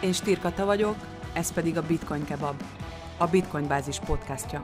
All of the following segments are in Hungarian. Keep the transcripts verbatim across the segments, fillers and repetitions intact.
én Stír Kata vagyok, ez pedig a Bitcoin Kebab, a Bitcoin Bázis podcastja.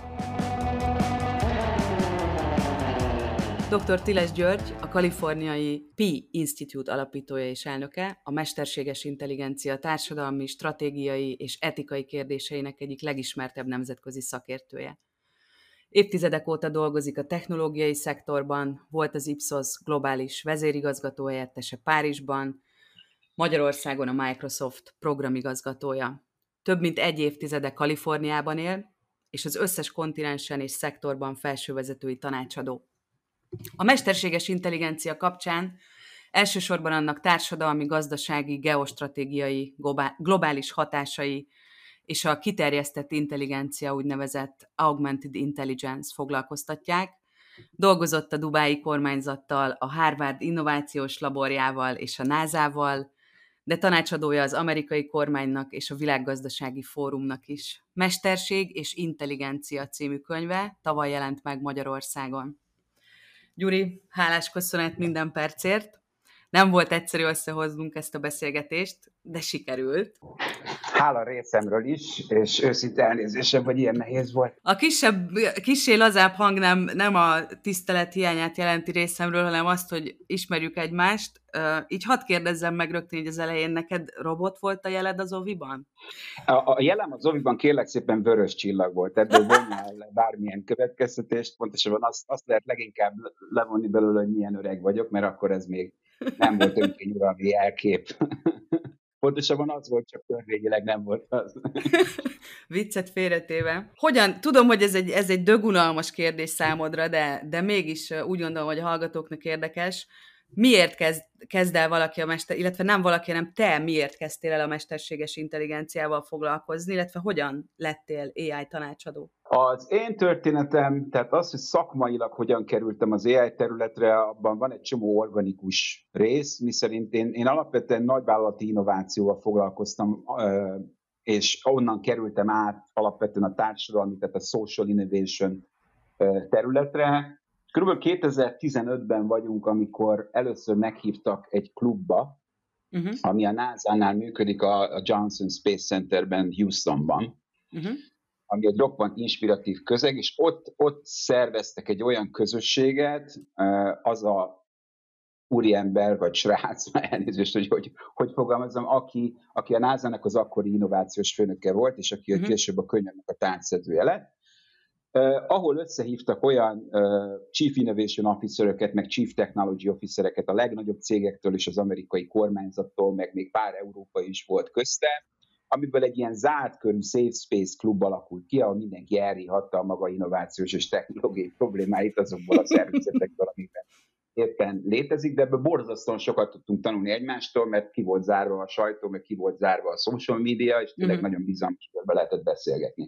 doktor Tiles György, a kaliforniai Pi Institute alapítója és elnöke, a mesterséges intelligencia társadalmi, stratégiai és etikai kérdéseinek egyik legismertebb nemzetközi szakértője. Évtizedek óta dolgozik a technológiai szektorban, volt az Ipsos globális vezérigazgató helyettese Párizsban, Magyarországon a Microsoft programigazgatója. Több mint egy évtizede Kaliforniában él, és az összes kontinensen és szektorban felsővezetői tanácsadó. A mesterséges intelligencia kapcsán elsősorban annak társadalmi, gazdasági, geostratégiai, globális hatásai és a kiterjesztett intelligencia, úgynevezett augmented intelligence foglalkoztatják. Dolgozott a dubái kormányzattal, a Harvard innovációs laborjával és a názával, de tanácsadója az amerikai kormánynak és a világgazdasági fórumnak is. Mesterség és intelligencia című könyve tavaly jelent meg Magyarországon. Gyuri, hálás köszönet minden percért. Nem volt egyszerű összehoznunk ezt a beszélgetést, de sikerült. Hála részemről is, és őszinte elnézésem, hogy ilyen nehéz volt. A kisebb, kissé lazább hang nem, nem a tisztelet hiányát jelenti részemről, hanem azt, hogy ismerjük egymást. Így hadd kérdezzem meg rögtön így az elején, neked robot volt a jeled az oviban? A, a jelem az oviban kérlek szépen vörös csillag volt, ebből vonjál bármilyen következtetést, pontosabban azt, azt lehet leginkább levonni belőle, hogy milyen öreg vagyok, mert akkor ez még nem volt önkényuralmi jelkép. Pontosabban az volt, csak törvényileg nem volt az. Viccet félretéve. Hogyan, tudom, hogy ez egy, ez egy dögunalmas kérdés számodra, de, de mégis úgy gondolom, hogy a hallgatóknak érdekes. Miért kezd, kezd el valaki a mester, illetve nem valaki, hanem te miért kezdtél el a mesterséges intelligenciával foglalkozni, illetve hogyan lettél á i tanácsadó? Az én történetem, tehát az, hogy szakmailag hogyan kerültem az á i területre, abban van egy csomó organikus rész, miszerint én, én alapvetően nagyvállalati innovációval foglalkoztam, és onnan kerültem át alapvetően a társadalmi, tehát a social innovation területre. Körülbelül kétezer-tizenötben vagyunk, amikor először meghívtak egy klubba, uh-huh. ami a názánál működik, a Johnson Space Centerben, Houstonban, uh-huh. ami egy roppant inspiratív közeg, és ott, ott szerveztek egy olyan közösséget, az a úriember, vagy srác, elnézést, hogy hogy, hogy fogalmazom, aki, aki a názának az akkori innovációs főnöke volt, és aki uh-huh. később a könyvnek a tárgyszedője lett. Uh, ahol összehívtak olyan uh, Chief Innovation Officeröket, meg Chief Technology Officereket a legnagyobb cégektől és az amerikai kormányzattól, meg még pár európai is volt közte, amiből egy ilyen zárt körű Safe Space klub alakult ki, ahol mindenki elríhatta a maga innovációs és technológiai problémáit azokból a szervezetekből, amikben éppen létezik, de ebből borzasztóan sokat tudtunk tanulni egymástól, mert ki volt zárva a sajtó, meg ki volt zárva a social media, és tényleg mm-hmm. nagyon bizalmas körbe lehetett beszélgetni.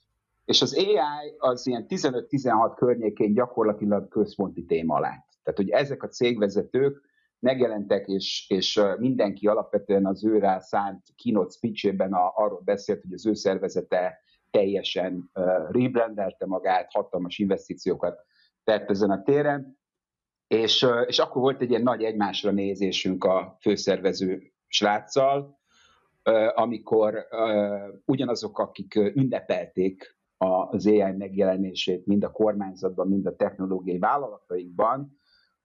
És az á i az ilyen tizenöt-tizenhat környékén gyakorlatilag központi téma lett. Tehát, hogy ezek a cégvezetők megjelentek, és, és mindenki alapvetően az őrá szánt keynote speech-ében a, arról beszélt, hogy az ő szervezete teljesen uh, rebrandelte magát, hatalmas investíciókat tett ezen a téren, és, uh, és akkor volt egy ilyen nagy egymásra nézésünk a főszervező sráccal, uh, amikor uh, ugyanazok, akik ünnepelték az á i megjelenését mind a kormányzatban, mind a technológiai vállalataikban,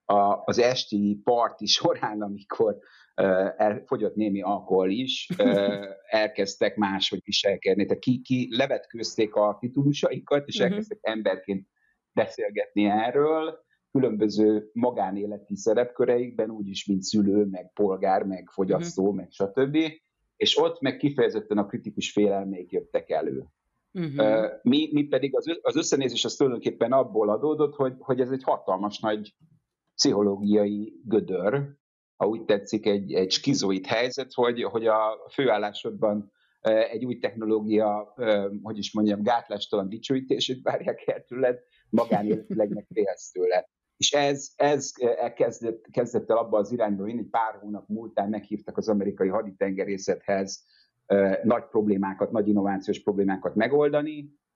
az esti parti során, amikor uh, elfogyott némi alkohol is, uh, elkezdtek máshogy viselkedni. Tehát ki, ki levetkőzték a titulusaikat, és uh-huh. elkezdtek emberként beszélgetni erről, különböző magánéleti szerepköreikben, úgyis, mint szülő, meg polgár, meg fogyasztó, uh-huh. meg stb. És ott meg kifejezetten a kritikus félelmék jöttek elő. Uh-huh. Mi, mi pedig az, az összenézés az tulajdonképpen abból adódott, hogy, hogy ez egy hatalmas nagy pszichológiai gödör, ha úgy tetszik, egy, egy skizoid helyzet, hogy, hogy a főállásodban egy új technológia, hogy is mondjam, gátlástalan dicsőítését várják el tőled, magánéletileg meg félsz tőle. És ez, ez kezdett, kezdett el abba az irányba vinni, hogy pár hónap múltán meghívtak az amerikai haditengerészethez nagy problémákat, nagy innovációs problémákat megoldani,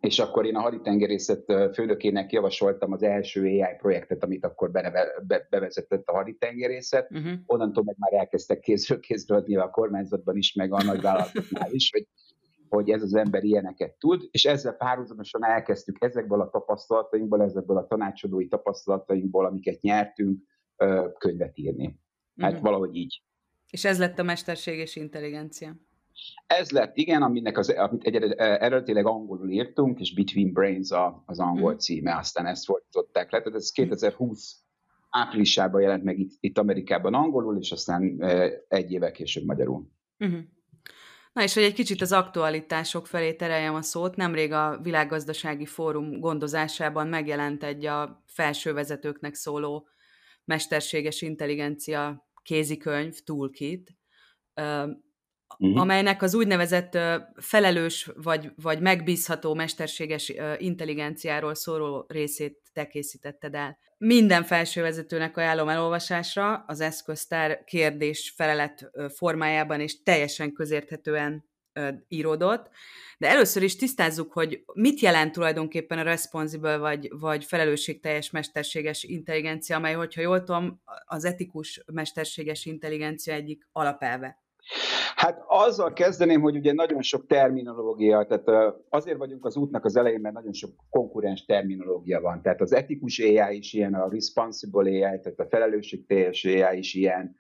és akkor én a haditengerészet főnökének javasoltam az első á i projektet, amit akkor beneve, be, bevezetett a haditengerészet. Uh-huh. Onnantól meg már elkezdtek kézről kézről adni a kormányzatban is, meg a nagyvállalatoknál is, hogy, hogy ez az ember ilyeneket tud, és ezzel párhuzamosan elkezdtük ezekből a tapasztalatainkból, ezekből a tanácsadói tapasztalatainkból, amiket nyertünk, könyvet írni. Hát uh-huh. valahogy így. És ez lett a mesterséges intelligencia. Ez lett, igen, aminek az, amit egy, eredetileg angolul írtunk, és Between Brains a, az angol mm. címe, aztán ezt fordították le. Tehát ez kétezer-húsz áprilisában jelent meg itt, itt Amerikában angolul, és aztán egy évvel később magyarul. Mm-hmm. Na és hogy egy kicsit az aktualitások felé tereljem a szót, nemrég a Világgazdasági Fórum gondozásában megjelent egy a felsővezetőknek szóló mesterséges intelligencia kézikönyv, Toolkit, Uh-huh. amelynek az úgynevezett uh, felelős vagy, vagy megbízható mesterséges uh, intelligenciáról szóló részét te készítetted el. Minden felsővezetőnek ajánlom elolvasásra, az eszköztár kérdés-felelet uh, formájában és teljesen közérthetően uh, íródott. De először is tisztázzuk, hogy mit jelent tulajdonképpen a responsible vagy, vagy felelősségteljes mesterséges intelligencia, amely, hogyha jól tudom, az etikus mesterséges intelligencia egyik alapelve. Hát azzal kezdeném, hogy ugye nagyon sok terminológia, tehát azért vagyunk az útnak az elején, mert nagyon sok konkurens terminológia van. Tehát az etikus á i is ilyen, a responsible á i, tehát a felelősségteljes á i is ilyen,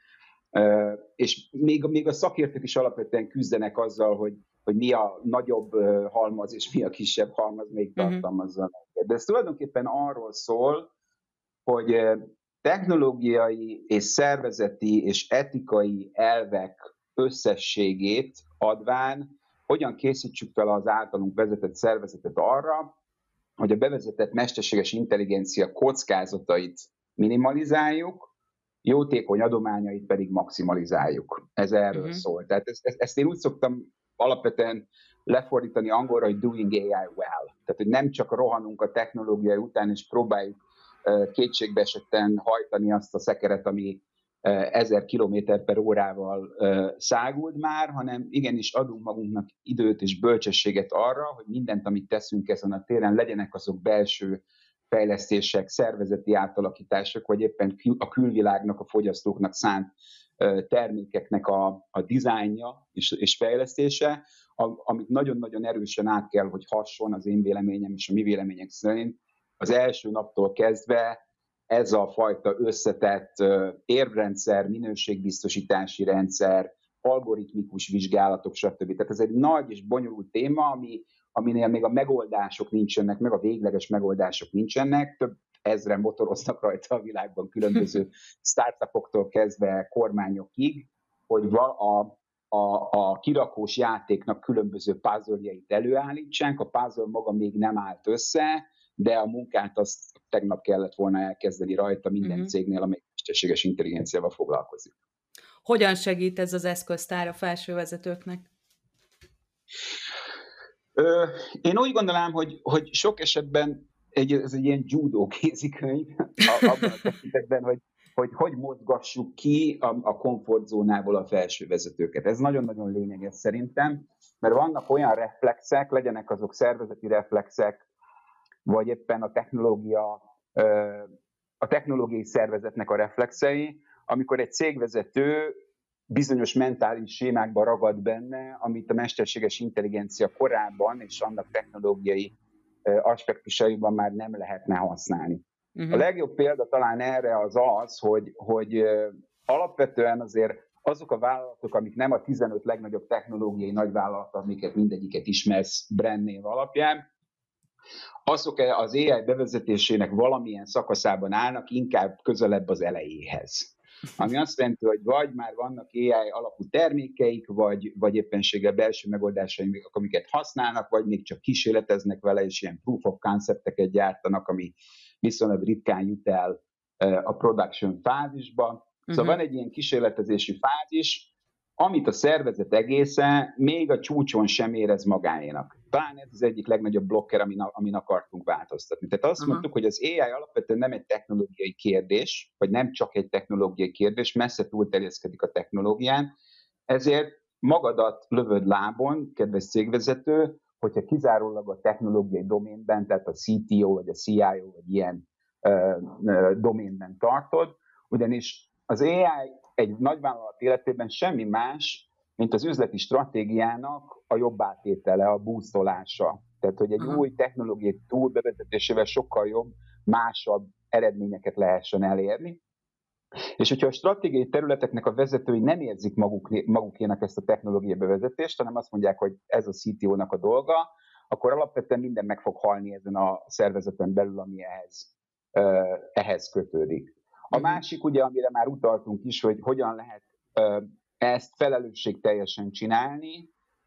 és még, még a szakértők is alapvetően küzdenek azzal, hogy, hogy mi a nagyobb halmaz és mi a kisebb halmaz, még tartalmazza. Uh-huh. De ez tulajdonképpen arról szól, hogy technológiai és szervezeti és etikai elvek összességét adván, hogyan készítsük fel az általunk vezetett szervezetet arra, hogy a bevezetett mesterséges intelligencia kockázatait minimalizáljuk, jótékony adományait pedig maximalizáljuk. Ez erről uh-huh. szól. Tehát ezt, ezt én úgy szoktam alapvetően lefordítani angolra, hogy doing á i well. Tehát, hogy nem csak rohanunk a technológiai után, és próbáljuk uh, kétségbe esetten hajtani azt a szekeret, ami ezer kilométer per órával száguld már, hanem igenis adunk magunknak időt és bölcsességet arra, hogy mindent, amit teszünk ezen a téren, legyenek azok belső fejlesztések, szervezeti átalakítások, vagy éppen a külvilágnak, a fogyasztóknak szánt termékeknek a, a dizájnja és, és fejlesztése, a, amit nagyon-nagyon erősen át kell, hogy hasson az én véleményem és a mi vélemények szerint az első naptól kezdve ez a fajta összetett érvrendszer, minőségbiztosítási rendszer, algoritmikus vizsgálatok, stb. Tehát ez egy nagy és bonyolult téma, ami, aminél még a megoldások nincsenek, meg a végleges megoldások nincsenek. Több ezren motoroznak rajta a világban különböző startupoktól kezdve kormányokig, hogy a, a, a kirakós játéknak különböző puzzle-jait előállítsák. A puzzle maga még nem állt össze, de a munkát azt tegnap kellett volna elkezdeni rajta minden uh-huh. cégnél, amely mesterséges intelligenciával foglalkozik. Hogyan segít ez az eszköztár a felsővezetőknek? Ö, én úgy gondolom, hogy, hogy sok esetben egy, ez egy ilyen judó kézikönyv, abban a tekintetben, hogy, hogy hogy mozgassuk ki a, a komfortzónából a felsővezetőket. Ez nagyon-nagyon lényeges szerintem, mert vannak olyan reflexek, legyenek azok szervezeti reflexek, vagy éppen a technológia, a technológiai szervezetnek a reflexei, amikor egy cégvezető bizonyos mentális sémákba ragad benne, amit a mesterséges intelligencia korábban és annak technológiai aspektusaiban már nem lehetne használni. Uh-huh. A legjobb példa talán erre az az, hogy, hogy alapvetően azért azok a vállalatok, amik nem a tizenöt legnagyobb technológiai nagyvállalat, amiket mindegyiket ismersz brand név alapján, azok az á i bevezetésének valamilyen szakaszában állnak, inkább közelebb az elejéhez. Ami azt jelenti, hogy vagy már vannak á i alapú termékeik, vagy, vagy éppenséggel belső megoldásaik, amiket használnak, vagy még csak kísérleteznek vele, és ilyen proof of concepteket gyártanak, ami viszonylag ritkán jut el a production fázisba. Uh-huh. Szóval van egy ilyen kísérletezési fázis, amit a szervezet egészen még a csúcson sem érez magáénak. Talán ez az egyik legnagyobb blokker, amin, amin akartunk változtatni. Tehát azt uh-huh. mondtuk, hogy az á i alapvetően nem egy technológiai kérdés, vagy nem csak egy technológiai kérdés, messze túlterjeszkedik a technológián, ezért magadat lövöd lábon, kedves cégvezető, hogyha kizárólag a technológiai doménben, tehát a C T O vagy a C I O vagy ilyen ö, ö, doménben tartod, ugyanis az á i egy nagyvállalat életében semmi más, mint az üzleti stratégiának a jobb átétele, a boostolása. Tehát, hogy egy uh-huh. új technológiai túl bevezetésével sokkal jobb, másabb eredményeket lehessen elérni. És hogyha a stratégiai területeknek a vezetői nem érzik maguk, magukének ezt a technológiai bevezetést, hanem azt mondják, hogy ez a C T O-nak a dolga, akkor alapvetően minden meg fog halni ezen a szervezeten belül, ami ehhez, ehhez kötődik. A másik, ugye, amire már utaltunk is, hogy hogyan lehet ezt felelősségteljesen csinálni,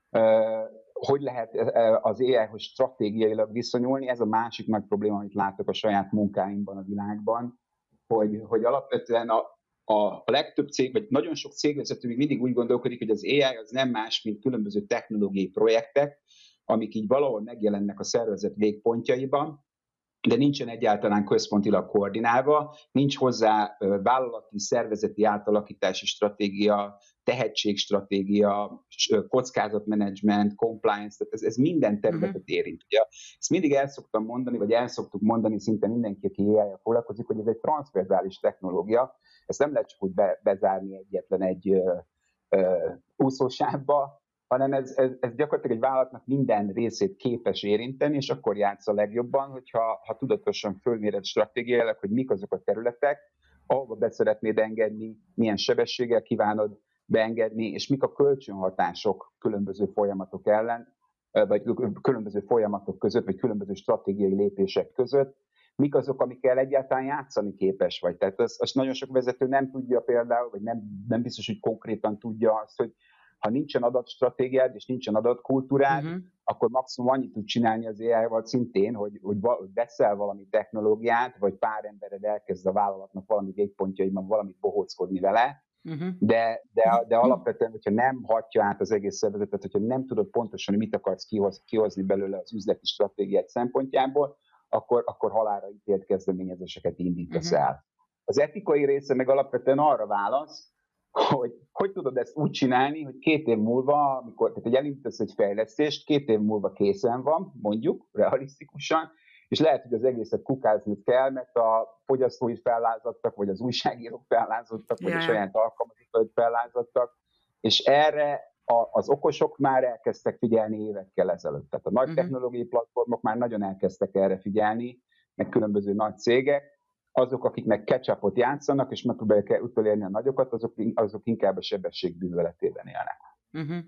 hogy lehet az á i-hoz stratégiailag viszonyulni, ez a másik nagy probléma, amit látok a saját munkáimban a világban, hogy, hogy alapvetően a, a, a legtöbb cég, vagy nagyon sok cégvezető még mindig úgy gondolkodik, hogy az á i az nem más, mint különböző technológiai projektek, amik így valahol megjelennek a szervezet végpontjaiban, de nincsen egyáltalán központilag koordinálva, nincs hozzá vállalati, szervezeti átalakítási stratégia, tehetségstratégia, kockázatmenedzsment, compliance, tehát ez, ez minden területet érint. Ugye, ezt mindig el szoktam mondani, vagy el szoktuk mondani szinte mindenki, aki á i-jel foglalkozik, hogy ez egy transzverzális technológia, ezt nem lehet csak úgy be, bezárni egyetlen egy ö, ö, úszósávba, hanem ez, ez, ez gyakorlatilag egy vállalatnak minden részét képes érinteni, és akkor játsz a legjobban, hogyha ha tudatosan fölméred stratégiailag, hogy mik azok a területek, ahova be szeretnéd engedni, milyen sebességgel kívánod beengedni, és mik a kölcsönhatások különböző folyamatok ellen, vagy különböző folyamatok között, vagy különböző stratégiai lépések között, mik azok, amikkel egyáltalán játszani képes vagy. Tehát azt, azt nagyon sok vezető nem tudja például, vagy nem, nem biztos, hogy konkrétan tudja azt, hogy ha nincsen adatstratégiád és nincsen adatkultúrád, uh-huh. akkor maximum annyit tud csinálni az á i-val szintén, hogy, hogy veszel valami technológiát, vagy pár embered elkezd a vállalatnak valami végpontjaiban valamit bohóckodni vele, uh-huh. de, de, de alapvetően, hogyha nem hatja át az egész szervezetet, hogyha nem tudod pontosan, hogy mit akarsz kihoz, kihozni belőle az üzleti stratégiát szempontjából, akkor, akkor halálra ítélt kezdeményezéseket indítasz uh-huh. el. Az etikai része meg alapvetően arra válasz, hogy hogy tudod ezt úgy csinálni, hogy két év múlva, amikor tehát, hogy elindítasz egy fejlesztést, két év múlva készen van, mondjuk, realisztikusan, és lehet, hogy az egészet kukázni kell, mert a fogyasztói fellázadtak, vagy az újságírók fellázadtak, vagy yeah. a saját alkalmazottak fellázadtak, és erre a, az okosok már elkezdtek figyelni évekkel ezelőtt. Tehát a nagy uh-huh. technológiai platformok már nagyon elkezdtek erre figyelni, meg különböző nagy cégek. Azok, akik meg catch-upot játszanak, és megpróbálják utolérni a nagyokat, azok, azok inkább a sebesség bűvöletében élnek. Uh-huh.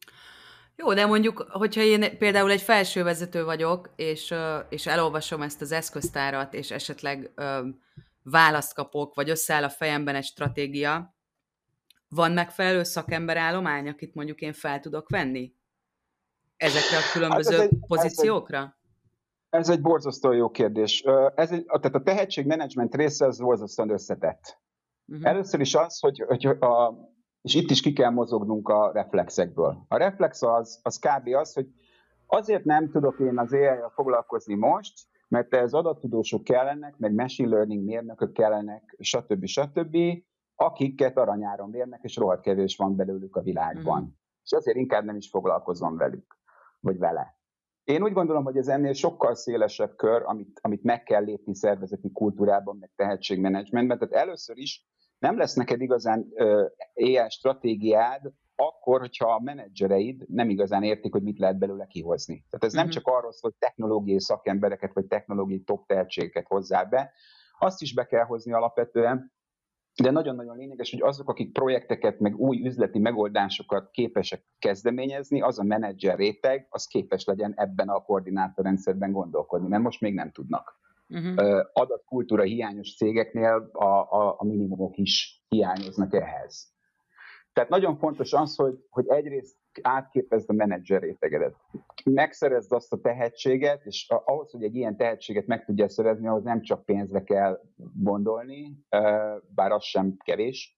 Jó, de mondjuk, hogyha én például egy felsővezető vagyok, és, és elolvasom ezt az eszköztárat, és esetleg ö, választ kapok, vagy összeáll a fejemben egy stratégia, van megfelelő szakemberállomány, akit mondjuk én fel tudok venni? Ezekre a különböző hát ez egy, pozíciókra? Ez egy... Ez egy borzasztó jó kérdés. Ez egy, tehát a tehetségmenedzsment része az borzasztóan összetett. Uh-huh. Először is az, hogy, hogy a, és itt is ki kell mozognunk a reflexekből. A reflex az, az kb. Az, hogy azért nem tudok én az á i-jal foglalkozni most, mert ez adattudósok kellenek, meg machine learning mérnökök kellenek, stb. stb., akiket aranyáron mérnek, és rohadt kevés van belőlük a világban. Uh-huh. És azért inkább nem is foglalkozom velük, vagy vele. Én úgy gondolom, hogy ez ennél sokkal szélesebb kör, amit, amit meg kell lépni szervezeti kultúrában, meg tehetségmenedzsmentben. Tehát először is nem lesz neked igazán uh, á i stratégiád akkor, hogyha a menedzsereid nem igazán értik, hogy mit lehet belőle kihozni. Tehát ez uh-huh. nem csak arról szól, hogy technológiai szakembereket, vagy technológiai top tehetségeket hozzá be, azt is be kell hozni alapvetően, de nagyon-nagyon lényeges, hogy azok, akik projekteket, meg új üzleti megoldásokat képesek kezdeményezni, az a menedzser réteg, az képes legyen ebben a koordinátorrendszerben gondolkodni, mert most még nem tudnak. Uh-huh. Adatkultúra hiányos cégeknél a, a, a minimumok is hiányoznak ehhez. Tehát nagyon fontos az, hogy, hogy egyrészt átképezd a menedzser rétegedet. Megszerezd azt a tehetséget, és ahhoz, hogy egy ilyen tehetséget meg tudja szerezni, ahhoz nem csak pénzre kell gondolni, bár az sem kevés.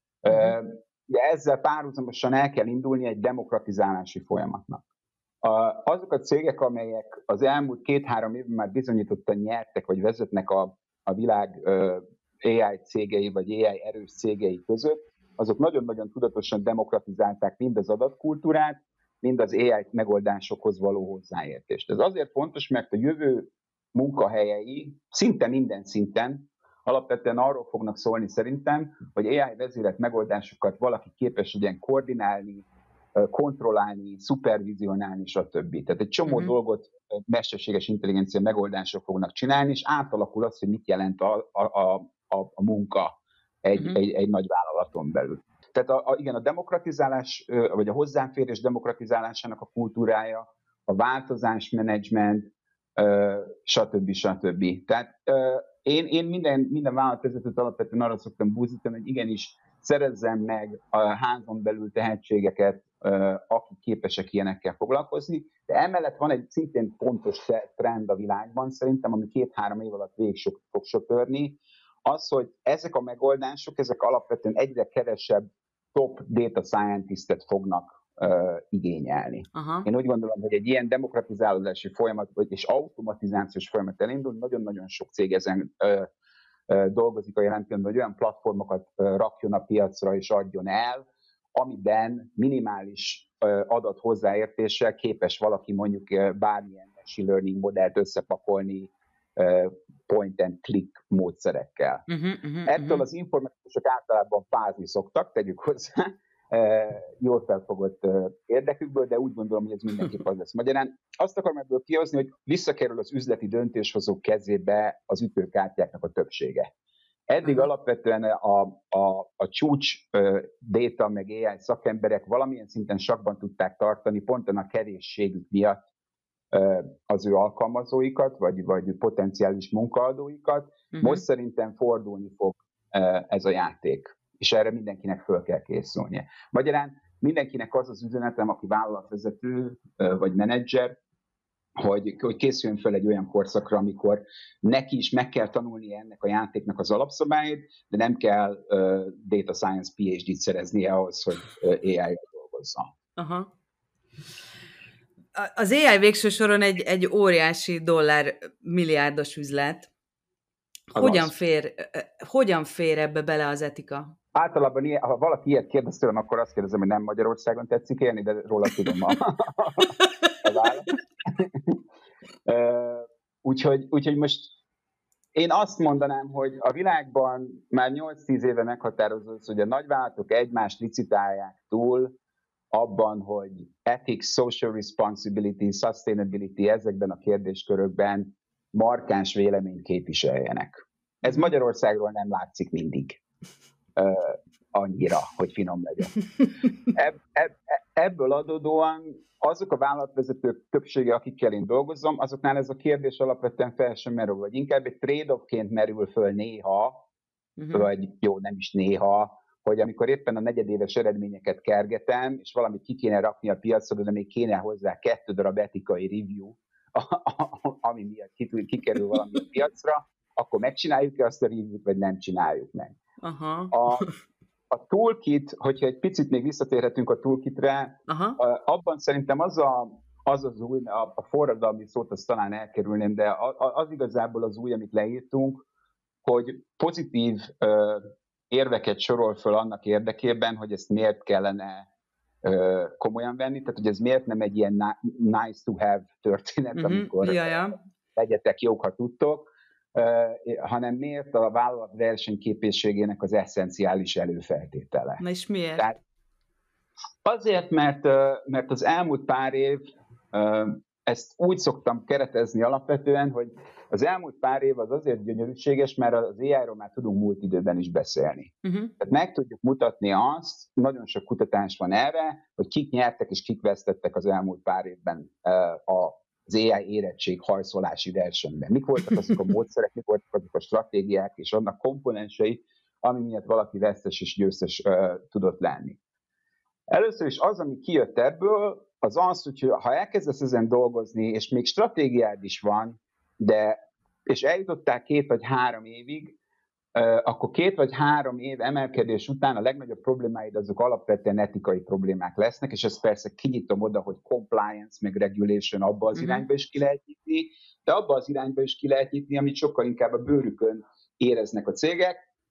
De ezzel párhuzamosan el kell indulni egy demokratizálási folyamatnak. Azok a cégek, amelyek az elmúlt két-három évben már bizonyítottan nyertek, vagy vezetnek a, a világ á i cégei, vagy á i erős cégei között, azok nagyon-nagyon tudatosan demokratizálták mind az adatkultúrát, mind az á i megoldásokhoz való hozzáértést. Ez azért fontos, mert a jövő munkahelyei szinte minden szinten alapvetően arról fognak szólni szerintem, hogy á i vezérelt megoldásokat valaki képes legyen koordinálni, kontrollálni, szupervizionálni, stb. Tehát egy csomó uh-huh. dolgot mesterséges intelligencia megoldások fognak csinálni, és átalakul az, hogy mit jelent a, a, a, a munka egy, uh-huh. egy, egy nagy vállalaton belül. Tehát a, a, igen, a demokratizálás, vagy a hozzáférés demokratizálásának a kultúrája, a változásmenedzsment, stb. stb. Tehát én, én minden, minden vállalatvezetőt alapvetően arra szoktam búzítani, hogy igenis szerezzem meg a házon belül tehetségeket, akik képesek ilyenekkel foglalkozni, de emellett van egy szintén fontos trend a világban, szerintem, ami két-három év alatt végig fog söpörni, az, hogy ezek a megoldások, ezek alapvetően egyre kevesebb top data scientistet fognak uh, igényelni. Aha. Én úgy gondolom, hogy egy ilyen demokratizálódási folyamat, és automatizációs folyamat elindul, nagyon-nagyon sok cég ezen uh, uh, dolgozik a jelen pillanatban, hogy olyan platformokat uh, rakjon a piacra és adjon el, amiben minimális uh, adat hozzáértéssel képes valaki mondjuk uh, bármilyen machine learning modellt összepakolni uh, point and click módszerekkel. Uh-huh, uh-huh, Ettől uh-huh. az informatikusok általában fázni szoktak, tegyük hozzá, uh, jól felfogott uh, érdekükből, de úgy gondolom, hogy ez mindenképp az lesz. Magyarán azt akarom ebből kihozni, hogy visszakerül az üzleti döntéshozók kezébe az ütőkártyáknak a többsége. Eddig uh-huh. alapvetően a, a, a csúcs uh, data meg á i szakemberek valamilyen szinten sakban tudták tartani, pont a kevésségük miatt uh, az ő alkalmazóikat, vagy, vagy potenciális munkaadóikat. Uh-huh. Most szerintem fordulni fog uh, ez a játék, és erre mindenkinek föl kell készülnie. Magyarán mindenkinek az az üzenetem, aki vállalatvezető uh, vagy menedzser, Hogy, hogy készüljön fel egy olyan korszakra, amikor neki is meg kell tanulni ennek a játéknak az alapszabályait, de nem kell uh, data science pé há dét szereznie ahhoz, hogy uh, á i-ra dolgozzon. Aha. Az á i végső soron egy, egy óriási dollár milliárdos üzlet. Hogyan fér, hogyan fér ebbe bele az etika? Általában, ilyen, ha valaki ilyet kérdez tőlem, akkor azt kérdezem, hogy nem Magyarországon tetszik élni, de róla tudom a, a választ. Uh, úgyhogy, úgyhogy most én azt mondanám, hogy a világban már nyolc-tíz éve meghatározó, hogy a nagyvállalatok egymást licitálják túl abban, hogy ethics, social responsibility, sustainability ezekben a kérdéskörökben markáns véleményt képviseljenek. Ez Magyarországról nem látszik mindig uh, annyira, hogy finom legyen. Ebb, ebb, ebből adódóan azok a vállalatvezetők többsége, akikkel én dolgozom, azoknál ez a kérdés alapvetően fel sem merül, vagy inkább egy trade-offként merül föl néha, uh-huh. vagy jó, nem is néha, hogy amikor éppen a negyedéves eredményeket kergetem, és valamit ki kéne rakni a piacra, de még kéne hozzá kettő darab etikai review, ami miatt kikerül valami a piacra, akkor megcsináljuk-e azt a review-t, vagy nem csináljuk meg. Uh-huh. A, A toolkit, hogyha egy picit még visszatérhetünk a toolkitre, Aha. abban szerintem az a, az, az új, a, a forradalmi szót azt talán elkerülném, de az igazából az új, amit leírtunk, hogy pozitív uh, érveket sorol föl annak érdekében, hogy ezt miért kellene uh, komolyan venni, tehát hogy ez miért nem egy ilyen nice to have történet, uh-huh. amikor ja, ja. legyetek jók, ha tudtok, Uh, hanem miért a vállalat versenyképességének az eszenciális előfeltétele. Na és miért? Tehát azért, mert, uh, mert az elmúlt pár év, uh, ezt úgy szoktam keretezni alapvetően, hogy az elmúlt pár év az azért gyönyörűséges, mert az á i-ról már tudunk múlt időben is beszélni. Uh-huh. Tehát meg tudjuk mutatni azt, nagyon sok kutatás van erre, hogy kik nyertek és kik vesztettek az elmúlt pár évben uh, a az á i érettség hajszolási versenyben. Mik voltak azok a módszerek, mik voltak azok a stratégiák és annak komponensei, ami miatt valaki vesztes és győztes uh, tudott lenni. Először is az, ami kijött ebből, az az, hogy ha elkezdesz ezen dolgozni, és még stratégiád is van, de, és eljutottál két vagy három évig, akkor két vagy három év emelkedés után a legnagyobb problémáid azok alapvetően etikai problémák lesznek, és ezt persze kinyitom oda, hogy compliance, meg regulation abba az uh-huh. irányba is ki lehet nyitni, de abba az irányba is ki lehet nyitni, amit sokkal inkább a bőrükön éreznek a cégek,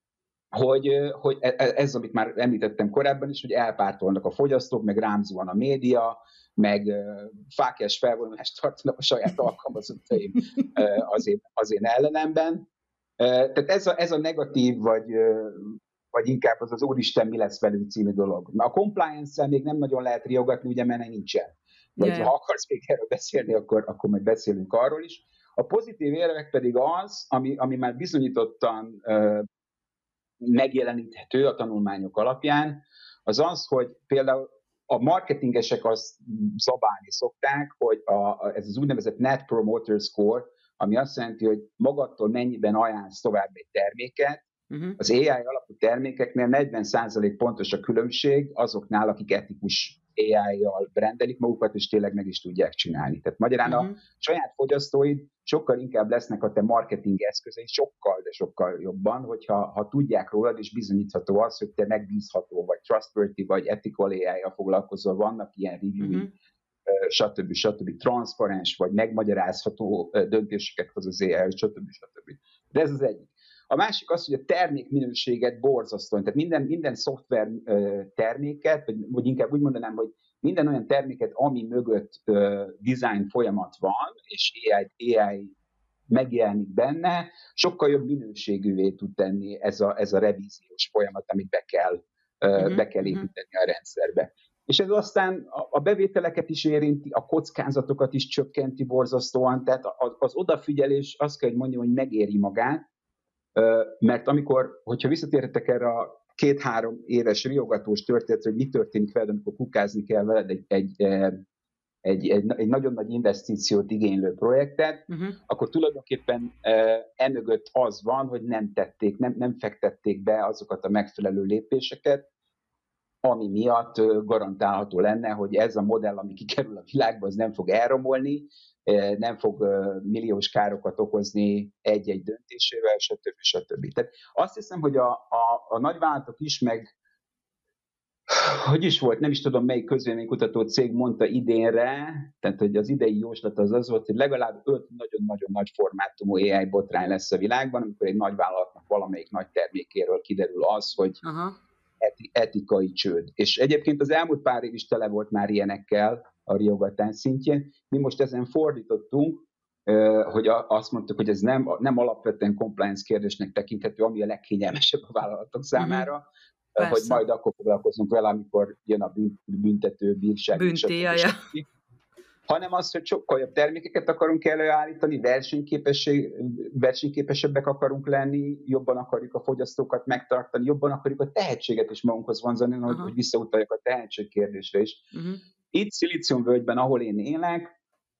hogy, hogy ez, amit már említettem korábban is, hogy elpártolnak a fogyasztók, meg rám zuhan a média, meg fáklyás felvonulást tartanak a saját alkalmazottaim az én, az én ellenemben. Tehát ez a, ez a negatív, vagy, vagy inkább az az úristen, mi lesz velünk című dolog. A compliance-szel még nem nagyon lehet riogatni, ugye, mert nincsen. Vagy yeah. ha akarsz még erről beszélni, akkor, akkor majd beszélünk arról is. A pozitív érvek pedig az, ami, ami már bizonyítottan uh, megjeleníthető a tanulmányok alapján, az az, hogy például a marketingesek azt zabálni szokták, hogy a, a, ez az úgynevezett Net Promoter Score, ami azt jelenti, hogy magadtól mennyiben ajánlsz tovább egy terméket, uh-huh. az á i alapú termékeknél negyven százalék pontos a különbség azoknál, akik etikus á i-jal rendelik magukat, és tényleg meg is tudják csinálni. Tehát magyarán uh-huh. a saját fogyasztóid sokkal inkább lesznek a te marketing eszközei, sokkal, de sokkal jobban, hogyha ha tudják rólad, és bizonyítható az, hogy te megbízható, vagy trustworthy, vagy ethical á i-jal foglalkozol, vannak ilyen review-i, uh-huh. stb. stb. Transzparens, vagy megmagyarázható döntéseket hoz az á i, stb. stb. De ez az egyik. A másik az, hogy a termék minőséget borzasztóan, tehát minden, minden szoftver terméket, vagy, vagy inkább úgy mondanám, hogy minden olyan terméket, ami mögött uh, design folyamat van, és á i megjelenik benne, sokkal jobb minőségűvé tud tenni ez a, ez a revíziós folyamat, amit be kell, uh, uh-huh, be kell építeni uh-huh. a rendszerbe. És ez aztán a bevételeket is érinti, a kockázatokat is csökkenti borzasztóan, tehát az odafigyelés azt kell, hogy mondjam, hogy megéri magát, mert amikor, hogyha visszatérhetek erre a két-három éves riogatós történetre, hogy mi történik veled, amikor kukázni kell veled egy, egy, egy, egy, egy nagyon nagy investíciót igénylő projektet, uh-huh. akkor tulajdonképpen emögött az van, hogy nem tették, nem, nem fektették be azokat a megfelelő lépéseket, ami miatt garantálható lenne, hogy ez a modell, ami kikerül a világba, az nem fog elromolni, nem fog milliós károkat okozni egy-egy döntésével, stb. stb. Tehát azt hiszem, hogy a, a, a nagyvállalatok is, meg hogy is volt, nem is tudom, melyik közvéleménykutató cég mondta idénre, tehát hogy az idei jóslat az az volt, hogy legalább öt nagyon-nagyon nagy formátumú á i botrány lesz a világban, amikor egy nagyvállalatnak valamelyik nagy termékéről kiderül az, hogy Aha. eti- etikai csőd. És egyébként az elmúlt pár év is tele volt már ilyenekkel a riogatás szintjén. Mi most ezen fordítottunk, hogy azt mondtuk, hogy ez nem, nem alapvetően compliance kérdésnek tekinthető, ami a legkényelmesebb a vállalatok számára, mm-hmm. Persze. Hogy majd akkor foglalkozunk vele, amikor jön a büntető bírság. Büntéjaja. Hanem az, hogy sokkal jobb termékeket akarunk előállítani, versenyképesebbek akarunk lenni, jobban akarjuk a fogyasztókat megtartani, jobban akarjuk a tehetséget is magunkhoz vonzani, hogy, hogy visszautaljak a tehetség kérdésre is. Uh-huh. Itt Szilíciumvölgyben, ahol én élek,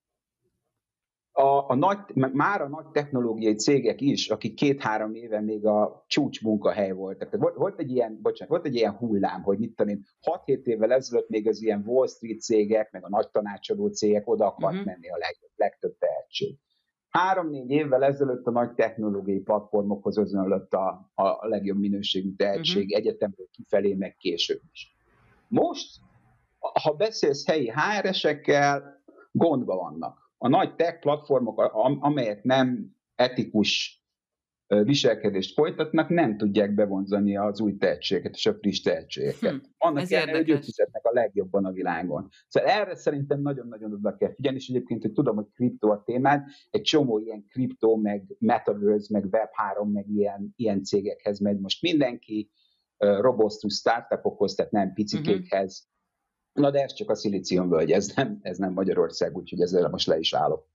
A, a nagy, már a nagy technológiai cégek is, akik két-három éve még a csúcs munkahely voltak. Tehát volt, volt, egy ilyen, bocsánat, volt egy ilyen hullám, hogy mit tudom én, hat-hét évvel ezelőtt még az ilyen Wall Street cégek, meg a nagy tanácsadó cégek oda akart uh-huh. menni a leg, legtöbb tehetség. Három-négy évvel ezelőtt a nagy technológiai platformokhoz özönlött a, a legjobb minőségű tehetség uh-huh. egyetemről kifelé, meg később is. Most, ha beszélsz helyi há er esekkel, gondba vannak. A nagy tech platformok, amelyek nem etikus viselkedést folytatnak, nem tudják bevonzani az új tehetséget és a friss tehetségeket. Hm, Annak ellenére, hogy ők fizetnek a legjobban a világon. Szóval erre szerintem nagyon-nagyon oda kell figyelni, és egyébként, hogy tudom, hogy kriptó a témád, egy csomó ilyen kriptó, meg metaverse, meg web három, meg ilyen, ilyen cégekhez megy most mindenki, robusztus startupokhoz, tehát nem picikékhez. Uh-huh. Na de ez csak a Szilíciumvölgy, ez nem, ez nem Magyarország, úgyhogy ezzel most le is állok.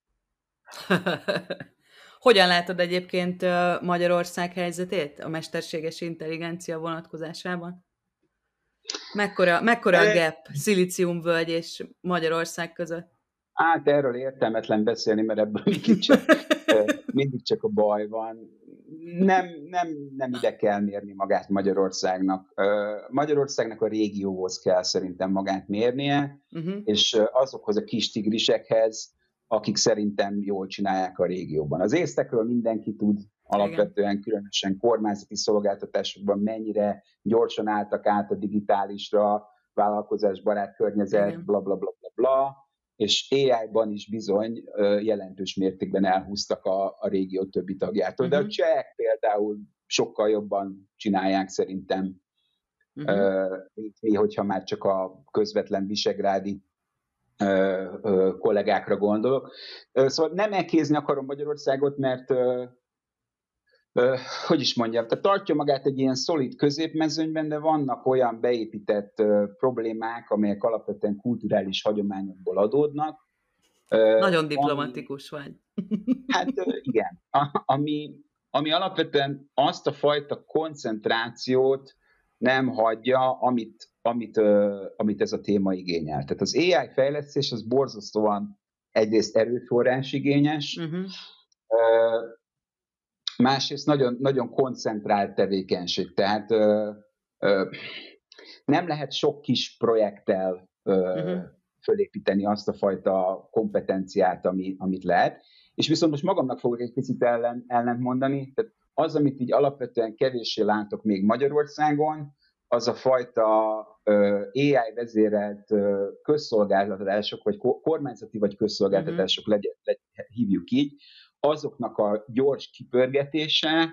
Hogyan látod egyébként Magyarország helyzetét a mesterséges intelligencia vonatkozásában? Mekkora, mekkora a gap Szilíciumvölgy és Magyarország között? Hát erről értelmetlen beszélni, mert ebből mindig csak, mindig csak a baj van. Nem, nem, nem ide kell mérni magát Magyarországnak. Magyarországnak a régióhoz kell szerintem magát mérnie, uh-huh. és azokhoz a kis tigrisekhez, akik szerintem jól csinálják a régióban. Az észtekről mindenki tud, alapvetően Igen. különösen kormányzati szolgáltatásokban mennyire gyorsan álltak át a digitálisra, vállalkozásbarát környezet, Igen. bla bla bla bla bla, és á i-ban is bizony jelentős mértékben elhúztak a, a régió többi tagjától. Uh-huh. De a csehek például sokkal jobban csinálják szerintem, uh-huh. mint mi, hogyha már csak a közvetlen visegrádi kollégákra gondolok. Szóval nem elkézni akarom Magyarországot, mert hogy is mondjam, tehát tartja magát egy ilyen szolid középmezőnyben, de vannak olyan beépített problémák, amelyek alapvetően kulturális hagyományokból adódnak. Nagyon diplomatikus ami, vagy. Hát igen, ami, ami alapvetően azt a fajta koncentrációt nem hagyja, amit, amit, amit ez a téma igényel. Tehát az á i fejlesztés az borzasztóan egyrészt erőforrás igényes, uh-huh. másrészt nagyon, nagyon koncentrált tevékenység. Tehát ö, ö, nem lehet sok kis projekttel ö, uh-huh. fölépíteni azt a fajta kompetenciát, ami, amit lehet. És viszont most magamnak fogok egy picit ellen, ellent mondani, tehát az, amit így alapvetően kevéssé látok még Magyarországon, az a fajta ö, á i vezérelt ö, közszolgáltatások, vagy kormányzati vagy közszolgáltatások, uh-huh. legyen, legyen, hívjuk így, azoknak a gyors kipörgetése,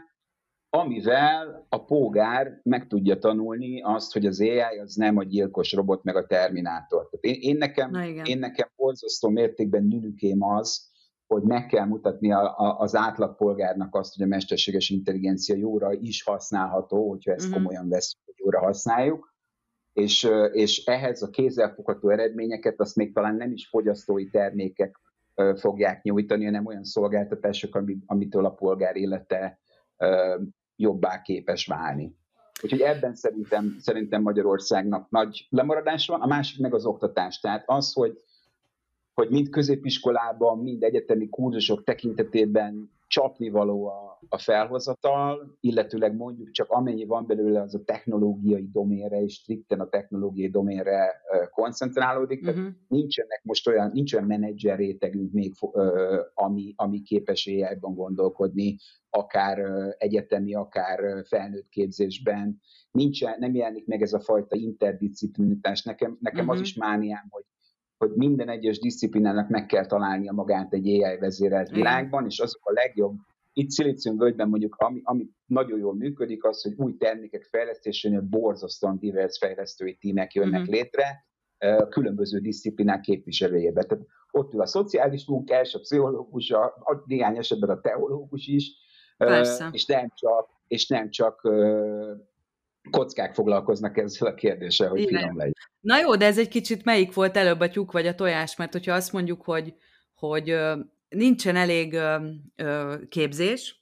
amivel a polgár meg tudja tanulni azt, hogy az á i az nem a gyilkos robot, meg a Terminátor. Tehát én, én nekem, én nekem borzasztó mértékben nülükém az, hogy meg kell mutatni a, a, az átlagpolgárnak azt, hogy a mesterséges intelligencia jóra is használható, hogyha ezt uh-huh. komolyan veszünk, hogy jóra használjuk, és, és ehhez a kézzelfogható eredményeket azt még talán nem is fogyasztói termékek fogják nyújtani, hanem olyan szolgáltatások, amitől a polgár élete jobbá képes válni. Úgyhogy ebben szerintem, szerintem Magyarországnak nagy lemaradás van, a másik meg az oktatás. Tehát az, hogy, hogy mind középiskolában, mind egyetemi kurzusok tekintetében csapnivaló a, a felhozatal, illetőleg mondjuk csak amennyi van belőle, az a technológiai doménre, és strikten a technológiai doménre koncentrálódik. Uh-huh. Tehát nincsenek most olyan, nincs olyan menedzser rétegünk még, ami, ami képes á i-ban gondolkodni, akár egyetemi, akár felnőtt képzésben. Nincsen, nem jelenik meg ez a fajta interdisciplinitás. Nekem, nekem uh-huh. az is mániám, hogy hogy minden egyes diszciplinának meg kell találnia magát egy á i vezérelt világban, és azok a legjobb, itt Szilíciumvölgyben mondjuk, ami, ami nagyon jól működik, az, hogy új termékek fejlesztésénél borzasztóan divers fejlesztői tímek jönnek uh-huh. létre, különböző disziplinák képviselőjében. Tehát ott ül a szociális munkás, a pszichológus, a, a néhány esetben a teológus is, Persze. és nem csak, és nem csak kockák foglalkoznak ezzel a kérdéssel, hogy finom legyen. Na jó, de ez egy kicsit melyik volt előbb, a tyúk vagy a tojás? Mert hogyha azt mondjuk, hogy, hogy nincsen elég képzés,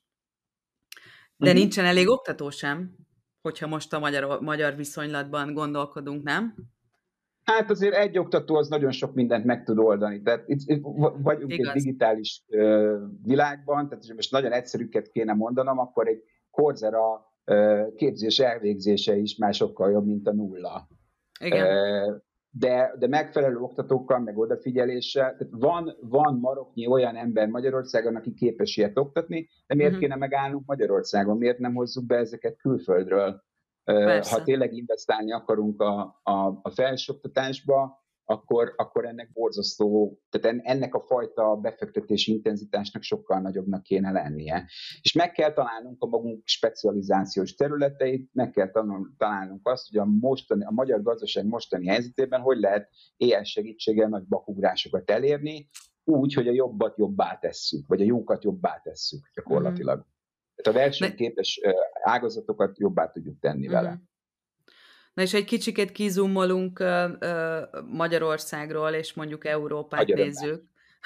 de uh-huh. nincsen elég oktató sem, hogyha most a magyar, magyar viszonylatban gondolkodunk, nem? Hát azért egy oktató az nagyon sok mindent meg tud oldani. Tehát itt, itt vagyunk Igaz. egy digitális uh, világban, tehát most nagyon egyszerűket kéne mondanom, akkor egy Coursera képzés elvégzése is már sokkal jobb, mint a nulla. Igen. De, de megfelelő oktatókkal, meg odafigyeléssel, tehát van, van maroknyi olyan ember Magyarországon, aki képes ilyet oktatni, de miért uh-huh. kéne megállnunk Magyarországon? Miért nem hozzuk be ezeket külföldről? Persze. Ha tényleg investálni akarunk a, a, a felsőoktatásba, akkor, akkor ennek borzasztó, tehát ennek a fajta befektetési intenzitásnak sokkal nagyobbnak kéne lennie. És meg kell találnunk a magunk specializációs területeit, meg kell találnunk azt, hogy a, mostani, a magyar gazdaság mostani helyzetében hogy lehet á i segítséggel nagy bakugrásokat elérni, úgy, hogy a jobbat jobbá tesszük, vagy a jókat jobbá tesszük gyakorlatilag. Mm. Tehát a versenyképes ágazatokat jobbá tudjuk tenni mm. vele. Na és egy kicsikét kizoomolunk uh, uh, Magyarországról, és mondjuk Európát Magyar nézzük.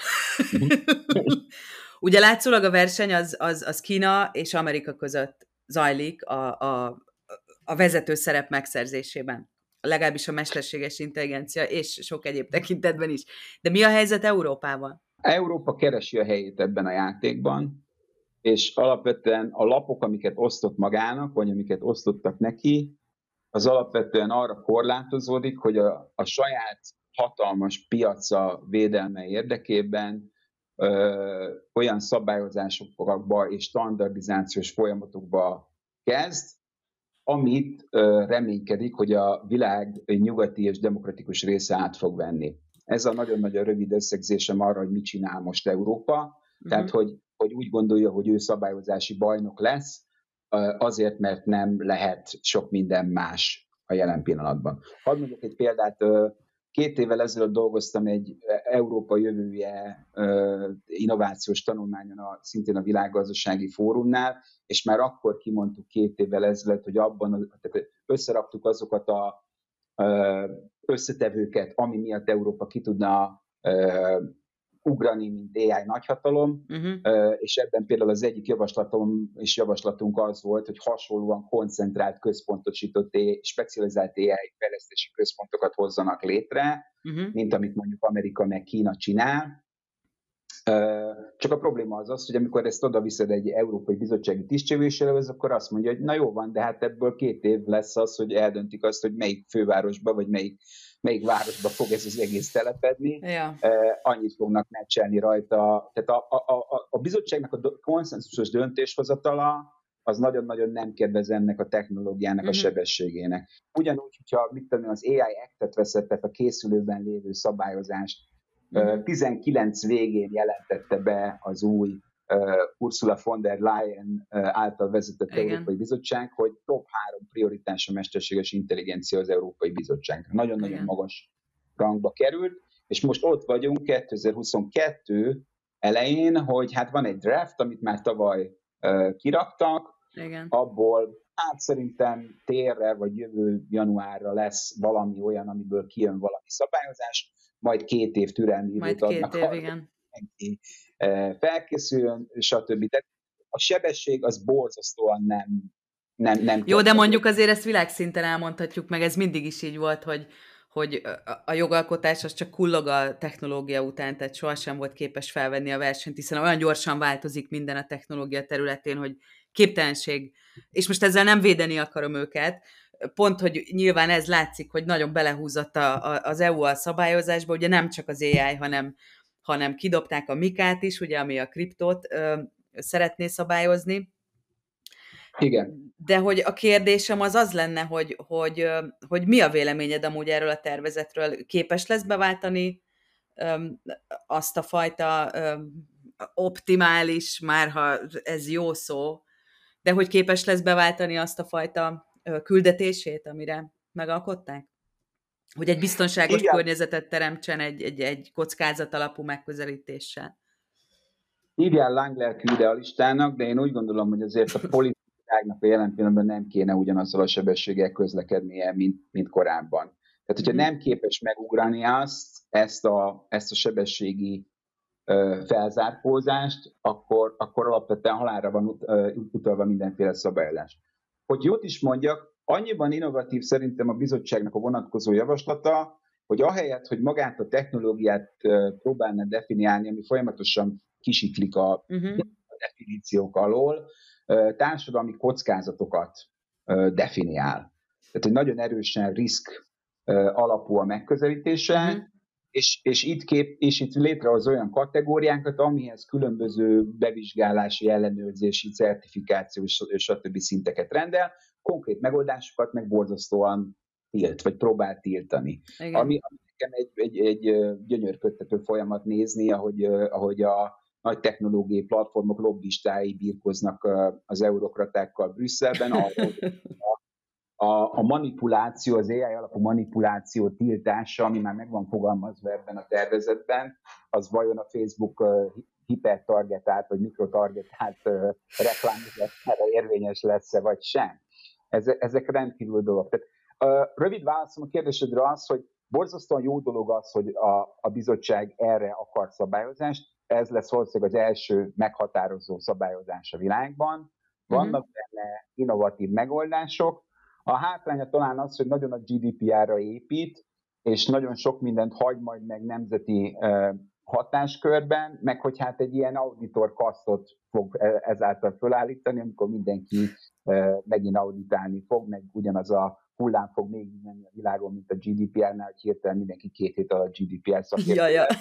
Ugye látszólag a verseny az, az, az Kína és Amerika között zajlik a, a, a vezető szerep megszerzésében. Legalábbis a mesterséges intelligencia, és sok egyéb tekintetben is. De mi a helyzet Európával? Európa keresi a helyét ebben a játékban, és alapvetően a lapok, amiket osztott magának, vagy amiket osztottak neki, az alapvetően arra korlátozódik, hogy a, a saját hatalmas piaca védelme érdekében ö, olyan szabályozásokba és standardizációs folyamatokba kezd, amit ö, reménykedik, hogy a világ nyugati és demokratikus része át fog venni. Ez a nagyon-nagyon rövid összegzésem arra, hogy mit csinál most Európa. Uh-huh. Tehát, hogy, hogy úgy gondolja, hogy ő szabályozási bajnok lesz, azért, mert nem lehet sok minden más a jelen pillanatban. Hadd mondjuk egy példát, két évvel ezelőtt dolgoztam egy Európa jövője innovációs tanulmányon, a, szintén a Világgazdasági Fórumnál, és már akkor kimondtuk két évvel ezelőtt, hogy abban tehát összeraktuk azokat a összetevőket, ami miatt Európa ki tudna ugrani, mint á i nagyhatalom, uh-huh. és ebben például az egyik javaslatom és javaslatunk az volt, hogy hasonlóan koncentrált, központosított, specializált á i fejlesztési központokat hozzanak létre, uh-huh. mint amit mondjuk Amerika meg Kína csinál. Csak a probléma az az, hogy amikor ezt oda viszed egy Európai Bizottsági tisztségviselőhöz, akkor azt mondja, hogy na jó van, de hát ebből két év lesz az, hogy eldöntik azt, hogy melyik fővárosba, vagy melyik, melyik városba fog ez az egész telepedni. Ja. Annyit fognak meccselni rajta. Tehát a, a, a, a bizottságnak a konszenzusos döntéshozatala az nagyon-nagyon nem kedvez ennek a technológiának uh-huh. a sebességének. Ugyanúgy, hogyha mit tudom, az á i Act-et veszed, tehát a készülőben lévő szabályozást, Uh-huh. tizenkilenc végén jelentette be az új uh, Ursula von der Leyen uh, által vezetett Igen. Európai Bizottság, hogy top három prioritás a mesterséges intelligencia az Európai Bizottságra. Nagyon-nagyon Igen. magas rangba került, és most ott vagyunk kétezer-huszonkettő elején, hogy hát van egy draft, amit már tavaly uh, kiraktak, Igen. abból hát szerintem térre vagy jövő januárra lesz valami olyan, amiből kijön valami szabályozás, majd két év türelmi időt adnak, év, igen. mindenki felkészüljön, stb. Tehát a sebesség az borzasztóan nem, nem, nem Jó, de mondjuk azért ezt világszinten elmondhatjuk meg, ez mindig is így volt, hogy, hogy a jogalkotás az csak kullog a technológia után, tehát sohasem volt képes felvenni a versenyt, hiszen olyan gyorsan változik minden a technológia területén, hogy képtelenség. És most ezzel nem védeni akarom őket, pont, hogy nyilván ez látszik, hogy nagyon belehúzott a, a, az é u a szabályozásba, ugye nem csak az á i, hanem, hanem kidobták a mikát is, ugye, ami a kriptót ö, szeretné szabályozni. Igen. De hogy a kérdésem az az lenne, hogy, hogy, hogy mi a véleményed amúgy erről a tervezetről? Képes lesz beváltani ö, azt a fajta ö, optimális, már ha ez jó szó, de hogy képes lesz beváltani azt a fajta küldetését, amire megalkották? Hogy egy biztonságos Igen. környezetet teremtsen egy, egy, egy kockázat alapú megközelítéssel. Hívjál Langlerk idealistának, de én úgy gondolom, hogy azért a politikáknak a jelen pillanatban nem kéne ugyanazzal a sebességgel közlekednie, mint, mint korábban. Tehát, hogyha mm. nem képes megugrani azt, ezt a, ezt a sebességi uh, felzárkózást, akkor, akkor alapvetően halálra van ut, uh, utalva mindenféle szabályozás. Hogy jót is mondjak, annyiban innovatív szerintem a bizottságnak a vonatkozó javaslata, hogy ahelyett, hogy magát a technológiát uh, próbálna definiálni, ami folyamatosan kisiklik a, uh-huh. a definíciók alól, uh, társadalmi kockázatokat uh, definiál. Tehát, hogy nagyon erősen risk uh, alapú a megközelítése, uh-huh. és, és, itt kép, és itt létrehoz olyan kategóriánkat, amihez különböző bevizsgálási, ellenőrzési, certifikációs és stb. Szinteket rendel, konkrét megoldásokat meg borzasztóan tilt, vagy próbál tiltani. Igen. Ami, ami nekem egy, egy, egy gyönyörködtető folyamat nézni, ahogy, ahogy a nagy technológiai platformok lobbistái birkoznak az eurokratákkal Brüsszelben, arról, a, a, a manipuláció, az á i alapú manipuláció tiltása, ami már meg van fogalmazva ebben a tervezetben, az vajon a Facebook hipertargetált vagy mikrotargetált reklámozására érvényes lesz-e, vagy sem. Ezek rendkívül dolgok. Tehát, uh, rövid válaszom a kérdésedre az, hogy borzasztóan jó dolog az, hogy a, a bizottság erre akar szabályozást. Ez lesz valószínűleg az első meghatározó szabályozás a világban. Vannak uh-huh. benne innovatív megoldások. A hátránya talán az, hogy nagyon a gé dé pé er-ra épít, és nagyon sok mindent hagy majd meg nemzeti uh, hatáskörben, meg hogy hát egy ilyen auditor kasztot fog ezáltal felállítani, amikor mindenki uh, megint auditálni fog, meg ugyanaz a hullám fog még menni a világon, mint a gé dé pé er-nál, hogy hirtelen mindenki két hét alatt gé dé pé er szakértő. Ja, ja.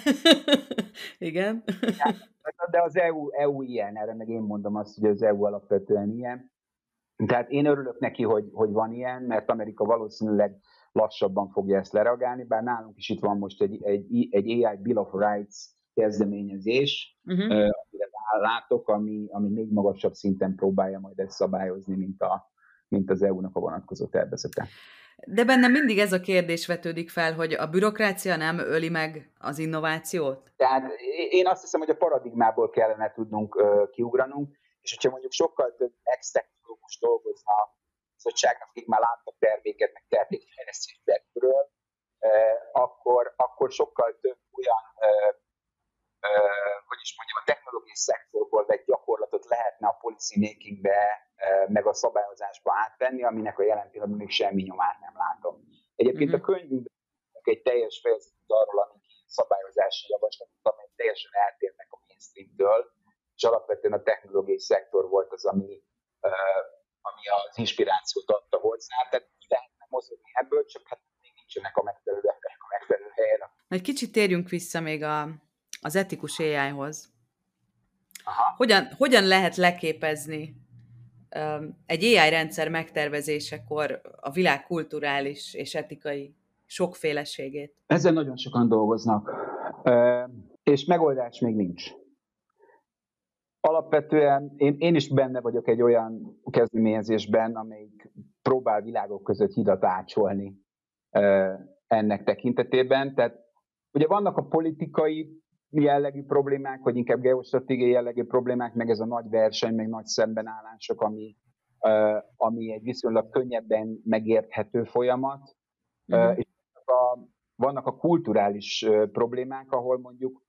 Igen. De az é u, é u ilyen, erre meg én mondom azt, hogy az é u alapvetően ilyen. Tehát én örülök neki, hogy, hogy van ilyen, mert Amerika valószínűleg lassabban fogja ezt lereagálni, bár nálunk is itt van most egy, egy, egy á i Bill of Rights kezdeményezés, uh-huh. amire látok, ami, ami még magasabb szinten próbálja majd ezt szabályozni, mint, a, mint az é u-nak a vonatkozó tervezete. De bennem mindig ez a kérdés vetődik fel, hogy a bürokrácia nem öli meg az innovációt? Tehát én azt hiszem, hogy a paradigmából kellene tudnunk uh, kiugranunk, és hogyha mondjuk sokkal több ex-technológus dolgozna a bizottságnak, akik már láttak terméket, meg termékfejlesztés belülről, uh, akkor, akkor sokkal több olyan, uh, uh, hogy is mondjam, a technológiai szektorból vett gyakorlatot lehetne a policy makingbe, uh, meg a szabályozásba átvenni, aminek a jelen pillanatban még semmi nyomát nem látom. Egyébként uh-huh. a könyvünkben egy teljes fejezet arról, ami szabályozási javaslatok, amely teljesen eltérnek a mainstreamtől, és alapvetően a technológiai szektor volt az, ami, uh, ami az inspirációt adta hozzá. Tehát lehetne mozogni ebből, csak hát még nincsenek a megfelelő emberek a megfelelő helyen. Egy kicsit térjünk vissza még a, az etikus á í-hoz. Hogyan, hogyan lehet leképezni um, egy á í rendszer megtervezésekor a világ kulturális és etikai sokféleségét? Ezzel nagyon sokan dolgoznak, és megoldás még nincs. Alapvetően én, én is benne vagyok egy olyan kezdeményezésben, amelyik próbál világok között hidat ácsolni ennek tekintetében. Tehát ugye vannak a politikai jellegű problémák, vagy inkább geostratégiai jellegű problémák, meg ez a nagy verseny, meg nagy szembenállások, ami, ami egy viszonylag könnyebben megérthető folyamat. Mm. És A, vannak a kulturális uh, problémák, ahol mondjuk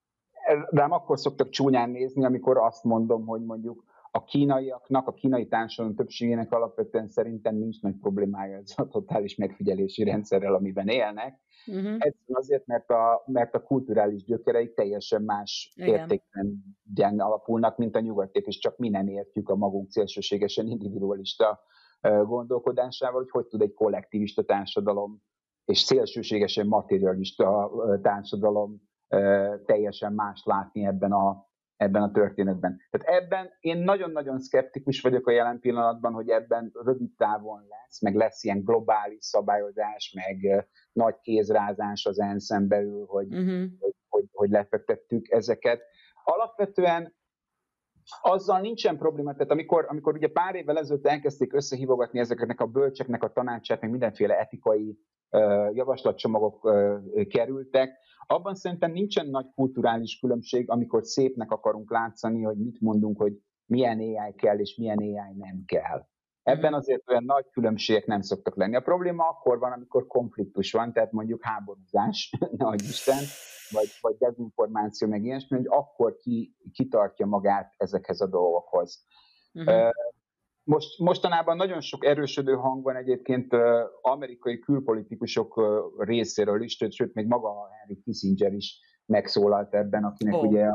rám akkor szoktak csúnyán nézni, amikor azt mondom, hogy mondjuk a kínaiaknak, a kínai társadalom többségének alapvetően szerintem nincs nagy problémája ez a totális megfigyelési rendszerrel, amiben élnek. Uh-huh. Ez azért, mert a, mert a kulturális gyökereik teljesen más értékrenden alapulnak, mint a nyugatiek, és csak mi nem értjük a magunk szélsőségesen individualista uh, gondolkodásával, hogy hogy tud egy kollektivista társadalom és szélsőségesen materialista társadalom teljesen más látni ebben a, ebben a történetben. Tehát ebben én nagyon-nagyon szkeptikus vagyok a jelen pillanatban, hogy ebben rövid távon lesz, meg lesz ilyen globális szabályozás, meg nagy kézrázás az ENSZ-en belül, hogy, uh-huh. hogy, hogy, hogy lefektettük ezeket. Alapvetően azzal nincsen probléma, tehát amikor, amikor ugye pár évvel ezelőtt elkezdték összehívogatni ezeknek a bölcseknek a tanácsát, meg mindenféle etikai uh, javaslatcsomagok uh, kerültek, abban szerintem nincsen nagy kulturális különbség, amikor szépnek akarunk látszani, hogy mit mondunk, hogy milyen á í kell és milyen á í nem kell. Ebben azért olyan nagy különbségek nem szoktak lenni. A probléma akkor van, amikor konfliktus van, tehát mondjuk háborúzás, nehogy Isten, vagy, vagy dezinformáció, meg ilyesmi, hogy akkor ki, kitartja magát ezekhez a dolgokhoz. Uh-huh. Most, mostanában nagyon sok erősödő hang van egyébként amerikai külpolitikusok részéről is, sőt, még maga Henry Kissinger is megszólalt ebben, akinek oh. ugye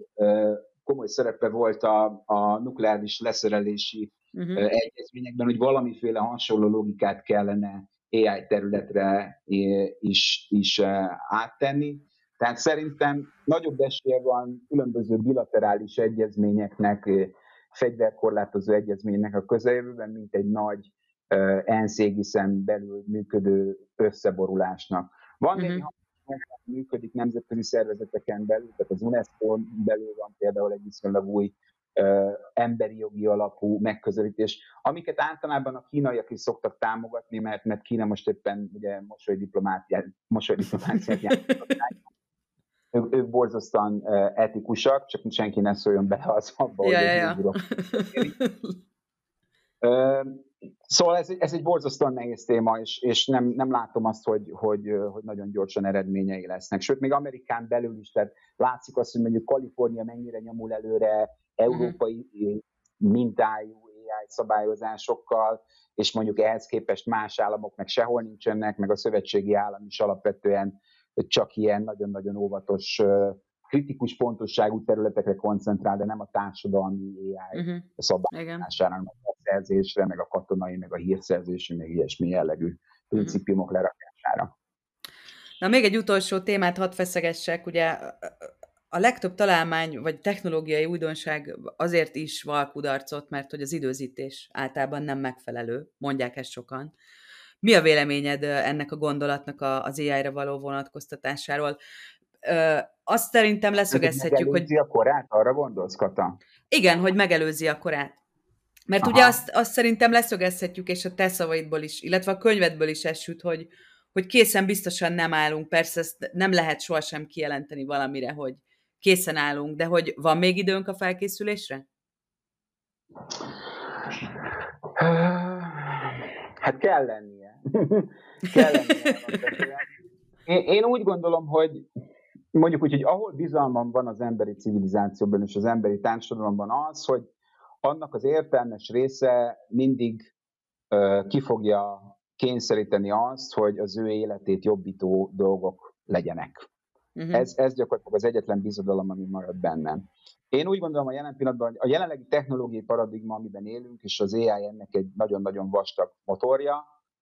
komoly szerepe volt a, a nukleáris leszerelési uh-huh. egyezményekben, hogy valamiféle hasonló logikát kellene á í területre is, is áttenni. Tehát szerintem nagyobb esélye van különböző bilaterális egyezményeknek, fegyverkorlátozó egyezménynek a közeljövőben, mint egy nagy uh, ENSZ égiszen belül működő összeborulásnak. Van uh-huh. néhány működik nemzetközi szervezeteken belül, tehát az UNESCO belül van például egy viszonylag új uh, emberi jogi alapú megközelítés, amiket általában a kínaiak is szoktak támogatni, mert, mert Kína most éppen ugye mosolydiplomáciát játszik. Ők, ők borzasztóan uh, etikusak, csak senki ne szóljon bele az abba, ja, hogy ja, ja. uh, Szóval ez, ez egy borzasztóan nehéz téma, és, és nem, nem látom azt, hogy, hogy, hogy nagyon gyorsan eredményei lesznek. Sőt, még Amerikán belül is, tehát látszik azt, hogy mondjuk Kalifornia mennyire nyomul előre európai uh-huh. mintájú á í szabályozásokkal, és mondjuk ehhez képest más államok meg sehol nincsenek, meg a szövetségi állam is alapvetően csak ilyen nagyon-nagyon óvatos, kritikus pontosságú területekre koncentrál, de nem a társadalmi á í uh-huh. szabályozására, meg a szerzésre, meg a katonai, meg a hírszerzési, meg ilyesmi jellegű principiumok uh-huh. lerakására. Na, még egy utolsó témát hadd feszegessek, ugye a legtöbb találmány, vagy technológiai újdonság azért is val kudarcot, mert hogy az időzítés általában nem megfelelő, mondják ezt sokan. Mi a véleményed ennek a gondolatnak az á í-ra való vonatkoztatásáról? Ö, azt szerintem leszögezhetjük, hogy... Megelőzi a korát, arra gondolsz, Kata? Igen, hogy megelőzi a korát. Mert Aha. ugye azt, azt szerintem leszögezhetjük, és a te szavaidból is, illetve a könyvedből is esült, hogy, hogy készen biztosan nem állunk. Persze ezt nem lehet sohasem kijelenteni valamire, hogy készen állunk, de hogy van még időnk a felkészülésre? Hát kell lennie. kell lennie. Én, én úgy gondolom, hogy mondjuk úgy, hogy ahol bizalmam van az emberi civilizációban és az emberi társadalomban az, hogy annak az értelmes része mindig uh, ki fogja kényszeríteni azt, hogy az ő életét jobbító dolgok legyenek. Uh-huh. Ez, ez gyakorlatilag az egyetlen bizodalom, ami marad bennem. Én úgy gondolom, a jelen pillanatban, a jelenlegi technológiai paradigma, amiben élünk, és az á i ennek egy nagyon-nagyon vastag motorja,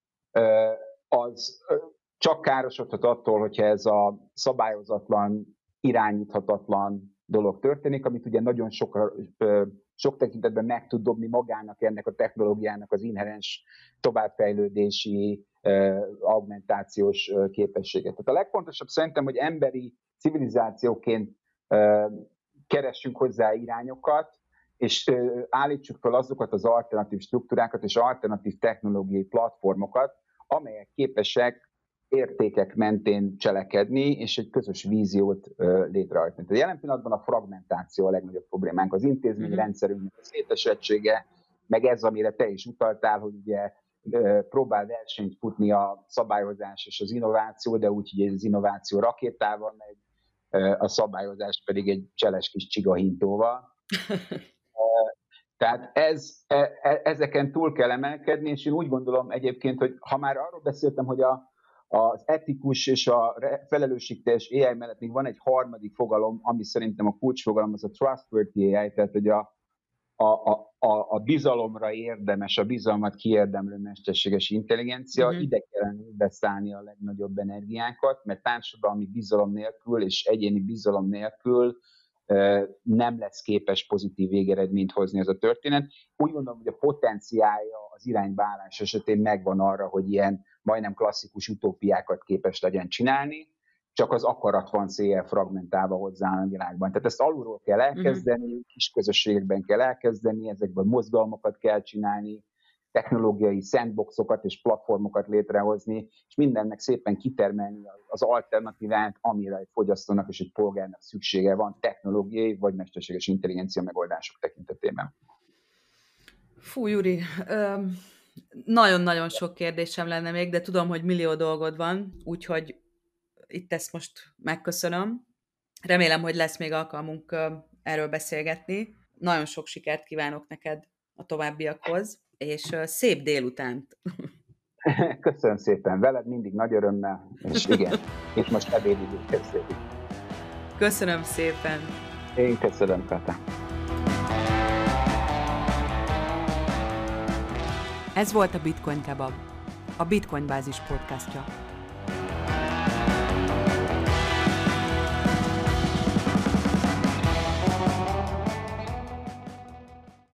az csak károsodhat attól, hogyha ez a szabályozatlan, irányíthatatlan dolog történik, amit ugye nagyon sok, sok tekintetben meg tud dobni magának ennek a technológiának az inherens továbbfejlődési, augmentációs képességet. Tehát a legfontosabb szerintem, hogy emberi civilizációként keressünk hozzá irányokat, és állítsuk fel azokat az alternatív struktúrákat és alternatív technológiai platformokat, amelyek képesek értékek mentén cselekedni, és egy közös víziót létrehozni. Tehát jelen pillanatban a fragmentáció a legnagyobb problémánk, az intézményrendszerünknek a szétesettsége, meg ez, amire te is utaltál, hogy ugye próbál versenyt futni a szabályozás és az innováció, de úgy, hogy az innováció rakétával megy, a szabályozás pedig egy cseles kis csigahintóval. Tehát ez, e, ezeken túl kell emelkedni, és én úgy gondolom egyébként, hogy ha már arról beszéltem, hogy a, az etikus és a felelősségteljes á i mellett még van egy harmadik fogalom, ami szerintem a kulcsfogalom, az a trustworthy á i, tehát hogy a, a, a, a bizalomra érdemes, a bizalmat kiérdemlő mesterséges intelligencia, uh-huh. ide kellene beszállni a legnagyobb energiánkat, mert társadalmi bizalom nélkül és egyéni bizalom nélkül nem lesz képes pozitív végeredményt hozni ez a történet. Úgy gondolom, hogy a potenciálja az irányválás esetén megvan arra, hogy ilyen majdnem klasszikus utópiákat képes legyen csinálni, csak az akarat van széjjel fragmentálva hozzá a világban. Tehát ezt alulról kell elkezdeni, uh-huh. kis közösségekben kell elkezdeni, ezekből mozgalmakat kell csinálni, technológiai sandboxokat és platformokat létrehozni, és mindennek szépen kitermelni az alternatívát, amire egy fogyasztónak és egy polgárnak szüksége van technológiai vagy mesterséges intelligencia megoldások tekintetében. Fú, Juri, öm, nagyon-nagyon sok kérdésem lenne még, de tudom, hogy millió dolgod van, úgyhogy itt ezt most megköszönöm. Remélem, hogy lesz még alkalmunk erről beszélgetni. Nagyon sok sikert kívánok neked a továbbiakhoz, és szép délutánt! Köszönöm szépen, veled mindig nagy örömmel, és igen, itt most ebédidőt kezdődik. Köszönöm szépen! Én köszönöm, Kata. Ez volt a Bitcoin Kebab, a Bitcoin Bázis podcastja.